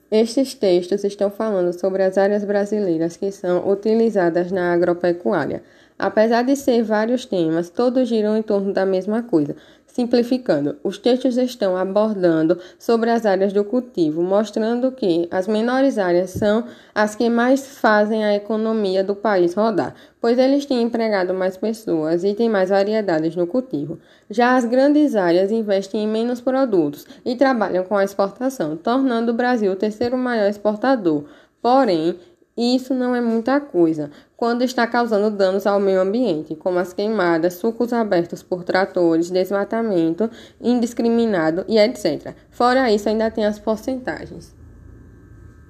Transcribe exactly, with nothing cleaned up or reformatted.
Estes textos estão falando sobre as áreas brasileiras que são utilizadas na agropecuária. Apesar de ser vários temas, todos giram em torno da mesma coisa. Simplificando, os textos estão abordando sobre as áreas do cultivo, mostrando que as menores áreas são as que mais fazem a economia do país rodar, pois eles têm empregado mais pessoas e têm mais variedades no cultivo. Já as grandes áreas investem em menos produtos e trabalham com a exportação, tornando o Brasil o terceiro maior exportador. Porém, isso não é muita coisa, quando está causando danos ao meio ambiente, como as queimadas, sulcos abertos por tratores, desmatamento indiscriminado e etcétera. Fora isso, ainda tem as porcentagens.